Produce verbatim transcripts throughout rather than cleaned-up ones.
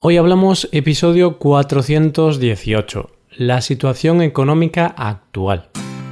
Hoy hablamos episodio cuatrocientos dieciocho, la situación económica actual.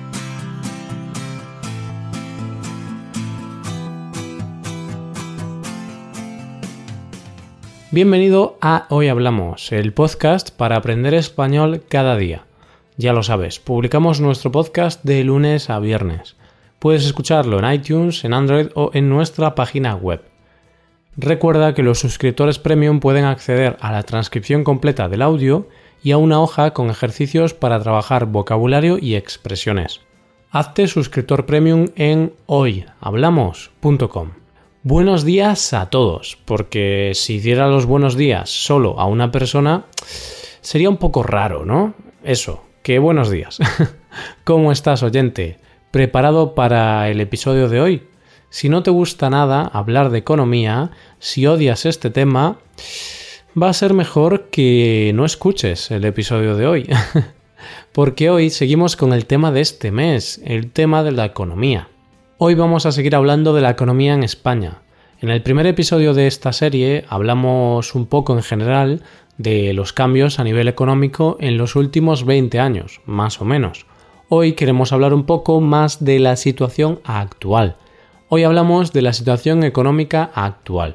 Bienvenido a Hoy Hablamos, el podcast para aprender español cada día. Ya lo sabes, publicamos nuestro podcast de lunes a viernes. Puedes escucharlo en iTunes, en Android o en nuestra página web. Recuerda que los suscriptores premium pueden acceder a la transcripción completa del audio y a una hoja con ejercicios para trabajar vocabulario y expresiones. Hazte suscriptor premium en hoy hablamos punto com. Buenos días a todos, porque si diera los buenos días solo a una persona, sería un poco raro, ¿no? Eso, que buenos días. ¿Cómo estás, oyente? ¿Preparado para el episodio de hoy? Si no te gusta nada hablar de economía, si odias este tema, va a ser mejor que no escuches el episodio de hoy. Porque hoy seguimos con el tema de este mes, el tema de la economía. Hoy vamos a seguir hablando de la economía en España. En el primer episodio de esta serie hablamos un poco en general de los cambios a nivel económico en los últimos veinte años, más o menos. Hoy queremos hablar un poco más de la situación actual. Hoy hablamos de la situación económica actual.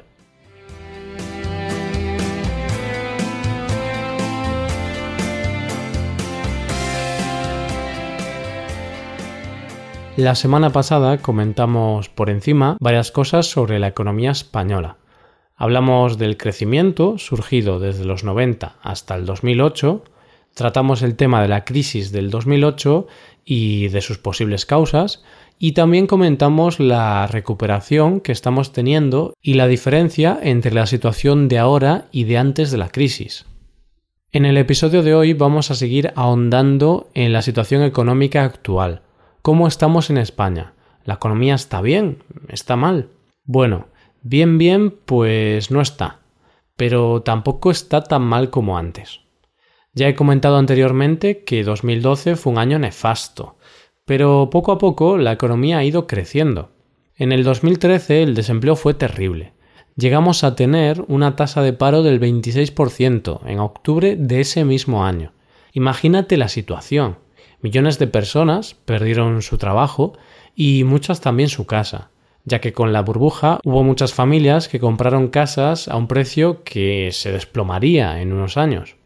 La semana pasada comentamos por encima varias cosas sobre la economía española. Hablamos del crecimiento surgido desde los noventa hasta el dos mil ocho, tratamos el tema de la crisis del dos mil ocho y de sus posibles causas, y también comentamos la recuperación que estamos teniendo y la diferencia entre la situación de ahora y de antes de la crisis. En el episodio de hoy vamos a seguir ahondando en la situación económica actual. ¿Cómo estamos en España? ¿La economía está bien? ¿Está mal? Bueno, bien bien pues no está, pero tampoco está tan mal como antes. Ya he comentado anteriormente que dos mil doce fue un año nefasto, pero poco a poco la economía ha ido creciendo. En el dos mil trece el desempleo fue terrible. Llegamos a tener una tasa de paro del veintiséis por ciento en octubre de ese mismo año. Imagínate la situación. Millones de personas perdieron su trabajo y muchas también su casa, ya que con la burbuja hubo muchas familias que compraron casas a un precio que se desplomaría en unos años.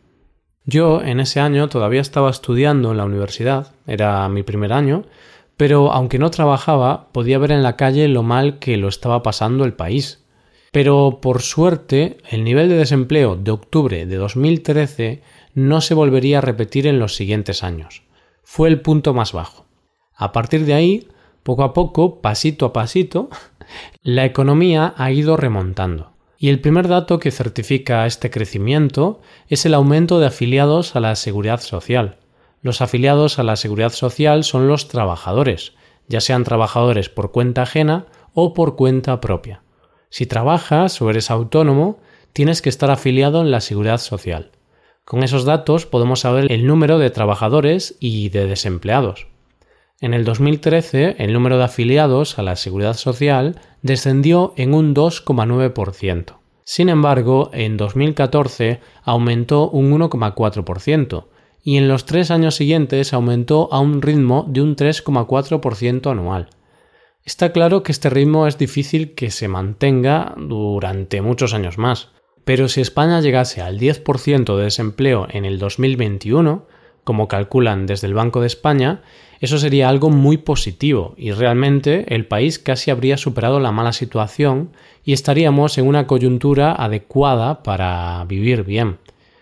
Yo en ese año todavía estaba estudiando en la universidad, era mi primer año, pero aunque no trabajaba, podía ver en la calle lo mal que lo estaba pasando el país. Pero por suerte, el nivel de desempleo de octubre de dos mil trece no se volvería a repetir en los siguientes años. Fue el punto más bajo. A partir de ahí, poco a poco, pasito a pasito, la economía ha ido remontando. Y el primer dato que certifica este crecimiento es el aumento de afiliados a la Seguridad Social. Los afiliados a la Seguridad Social son los trabajadores, ya sean trabajadores por cuenta ajena o por cuenta propia. Si trabajas o eres autónomo, tienes que estar afiliado en la Seguridad Social. Con esos datos podemos saber el número de trabajadores y de desempleados. En el dos mil trece, el número de afiliados a la Seguridad Social descendió en un dos coma nueve por ciento. Sin embargo, en dos mil catorce aumentó un uno coma cuatro por ciento y en los tres años siguientes aumentó a un ritmo de un tres coma cuatro por ciento anual. Está claro que este ritmo es difícil que se mantenga durante muchos años más, pero si España llegase al diez por ciento de desempleo en el dos mil veintiuno, como calculan desde el Banco de España, eso sería algo muy positivo y realmente el país casi habría superado la mala situación y estaríamos en una coyuntura adecuada para vivir bien.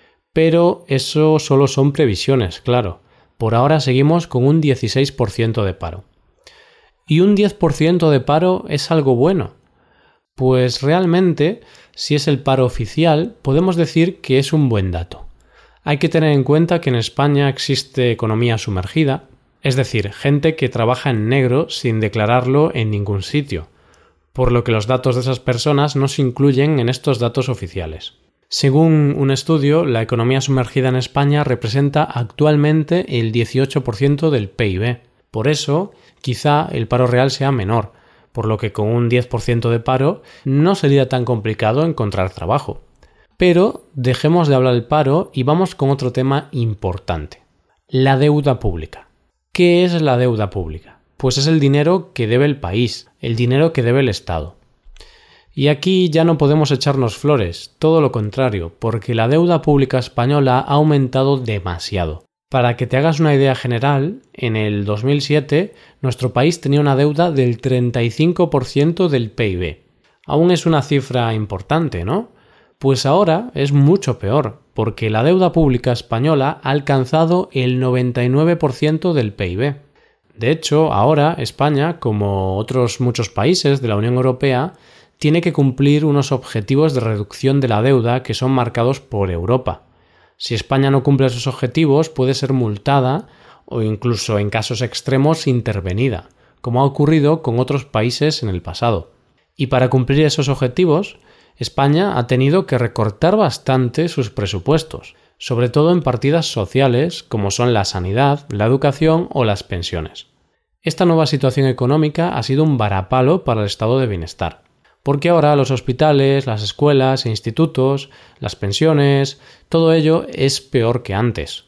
Pero eso solo son previsiones, claro. Por ahora seguimos con un dieciséis por ciento de paro. ¿Y un diez por ciento de paro es algo bueno? Pues realmente, si es el paro oficial, podemos decir que es un buen dato. Hay que tener en cuenta que en España existe economía sumergida, es decir, gente que trabaja en negro sin declararlo en ningún sitio, por lo que los datos de esas personas no se incluyen en estos datos oficiales. Según un estudio, la economía sumergida en España representa actualmente el dieciocho por ciento del P I B. Por eso, quizá el paro real sea menor, por lo que con un diez por ciento de paro no sería tan complicado encontrar trabajo. Pero dejemos de hablar del paro y vamos con otro tema importante. La deuda pública. ¿Qué es la deuda pública? Pues es el dinero que debe el país, el dinero que debe el Estado. Y aquí ya no podemos echarnos flores, todo lo contrario, porque la deuda pública española ha aumentado demasiado. Para que te hagas una idea general, en el dos mil siete nuestro país tenía una deuda del treinta y cinco por ciento del P I B. Aún es una cifra importante, ¿no? Pues ahora es mucho peor, porque la deuda pública española ha alcanzado el noventa y nueve por ciento del P I B. De hecho, ahora España, como otros muchos países de la Unión Europea, tiene que cumplir unos objetivos de reducción de la deuda que son marcados por Europa. Si España no cumple esos objetivos, puede ser multada o incluso en casos extremos intervenida, como ha ocurrido con otros países en el pasado. Y para cumplir esos objetivos, España ha tenido que recortar bastante sus presupuestos, sobre todo en partidas sociales como son la sanidad, la educación o las pensiones. Esta nueva situación económica ha sido un varapalo para el estado de bienestar, porque ahora los hospitales, las escuelas e institutos, las pensiones, todo ello es peor que antes.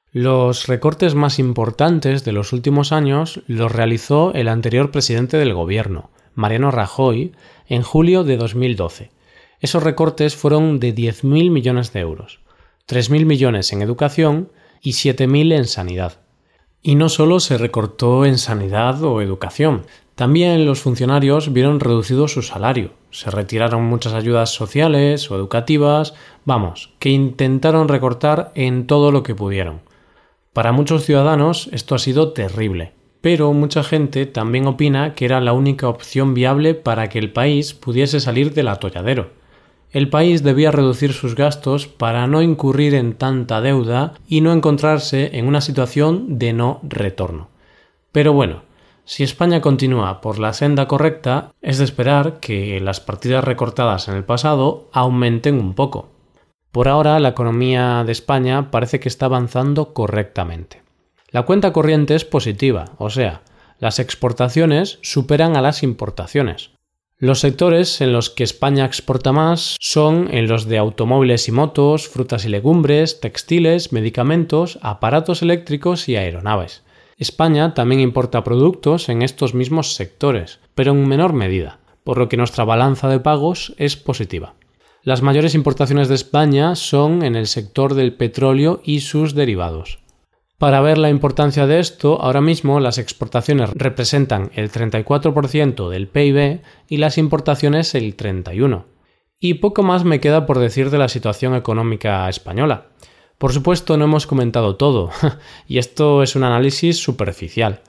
Los recortes más importantes de los últimos años los realizó el anterior presidente del gobierno, Mariano Rajoy, en julio de dos mil doce. Esos recortes fueron de diez mil millones de euros, tres mil millones en educación y siete mil en sanidad. Y no solo se recortó en sanidad o educación, también los funcionarios vieron reducido su salario, se retiraron muchas ayudas sociales o educativas, vamos, que intentaron recortar en todo lo que pudieron. Para muchos ciudadanos esto ha sido terrible, pero mucha gente también opina que era la única opción viable para que el país pudiese salir del atolladero. El país debía reducir sus gastos para no incurrir en tanta deuda y no encontrarse en una situación de no retorno. Pero bueno, si España continúa por la senda correcta, es de esperar que las partidas recortadas en el pasado aumenten un poco. Por ahora, la economía de España parece que está avanzando correctamente. La cuenta corriente es positiva, o sea, las exportaciones superan a las importaciones. Los sectores en los que España exporta más son en los de automóviles y motos, frutas y legumbres, textiles, medicamentos, aparatos eléctricos y aeronaves. España también importa productos en estos mismos sectores, pero en menor medida, por lo que nuestra balanza de pagos es positiva. Las mayores importaciones de España son en el sector del petróleo y sus derivados. Para ver la importancia de esto, ahora mismo las exportaciones representan el treinta y cuatro por ciento del P I B y las importaciones el treinta y uno por ciento. Y poco más me queda por decir de la situación económica española. Por supuesto, no hemos comentado todo, y esto es un análisis superficial.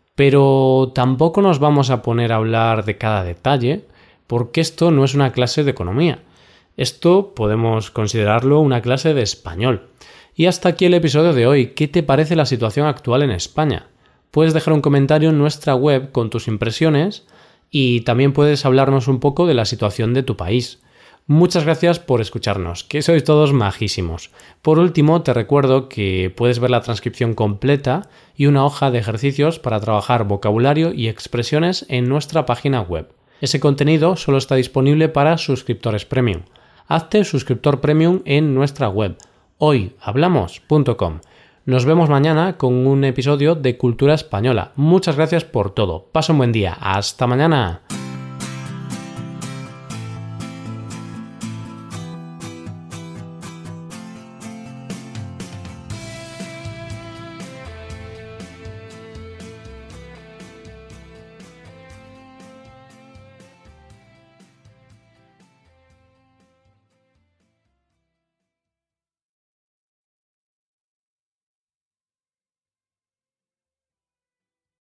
Pero tampoco nos vamos a poner a hablar de cada detalle, porque esto no es una clase de economía. Esto podemos considerarlo una clase de español. Y hasta aquí el episodio de hoy. ¿Qué te parece la situación actual en España? Puedes dejar un comentario en nuestra web con tus impresiones y también puedes hablarnos un poco de la situación de tu país. Muchas gracias por escucharnos, que sois todos majísimos. Por último, te recuerdo que puedes ver la transcripción completa y una hoja de ejercicios para trabajar vocabulario y expresiones en nuestra página web. Ese contenido solo está disponible para suscriptores premium. Hazte suscriptor premium en nuestra web hoy hablamos punto com. Nos vemos mañana con un episodio de Cultura Española. Muchas gracias por todo. Pasa un buen día. Hasta mañana.